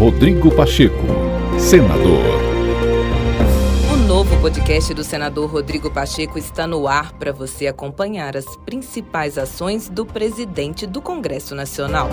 Rodrigo Pacheco, senador. O novo podcast do senador Rodrigo Pacheco está no ar para você acompanhar as principais ações do presidente do Congresso Nacional.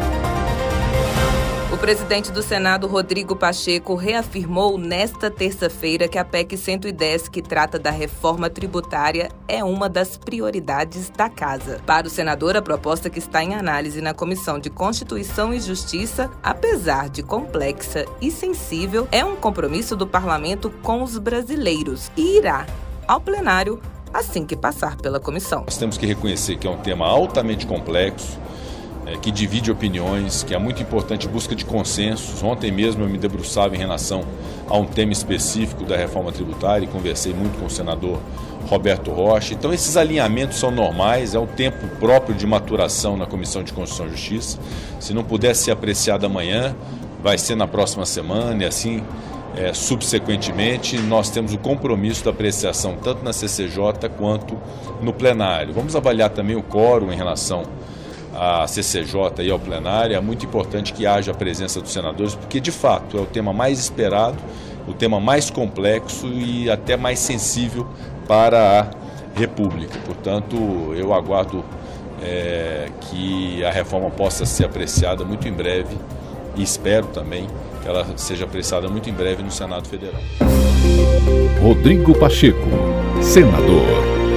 O presidente do Senado, Rodrigo Pacheco, reafirmou nesta terça-feira que a PEC 110, que trata da reforma tributária, é uma das prioridades da casa. Para o senador, a proposta que está em análise na Comissão de Constituição e Justiça, apesar de complexa e sensível, é um compromisso do parlamento com os brasileiros e irá ao plenário assim que passar pela comissão. Nós temos que reconhecer que é um tema altamente complexo, que divide opiniões, que é muito importante busca de consensos. Ontem mesmo eu me debruçava em relação a um tema específico da reforma tributária e conversei muito com o senador Roberto Rocha. Então esses alinhamentos são normais, é o tempo próprio de maturação na Comissão de Constituição e Justiça. Se não puder ser apreciado amanhã, vai ser na próxima semana e assim subsequentemente. Nós temos o compromisso da apreciação tanto na CCJ quanto no plenário. Vamos avaliar também o quórum em relação a CCJ e ao plenário. É muito importante que haja a presença dos senadores, porque de fato é o tema mais esperado, o tema mais complexo e até mais sensível para a República. Portanto, eu aguardo que a reforma possa ser apreciada muito em breve e espero também que ela seja apreciada muito em breve no Senado Federal. Rodrigo Pacheco, senador.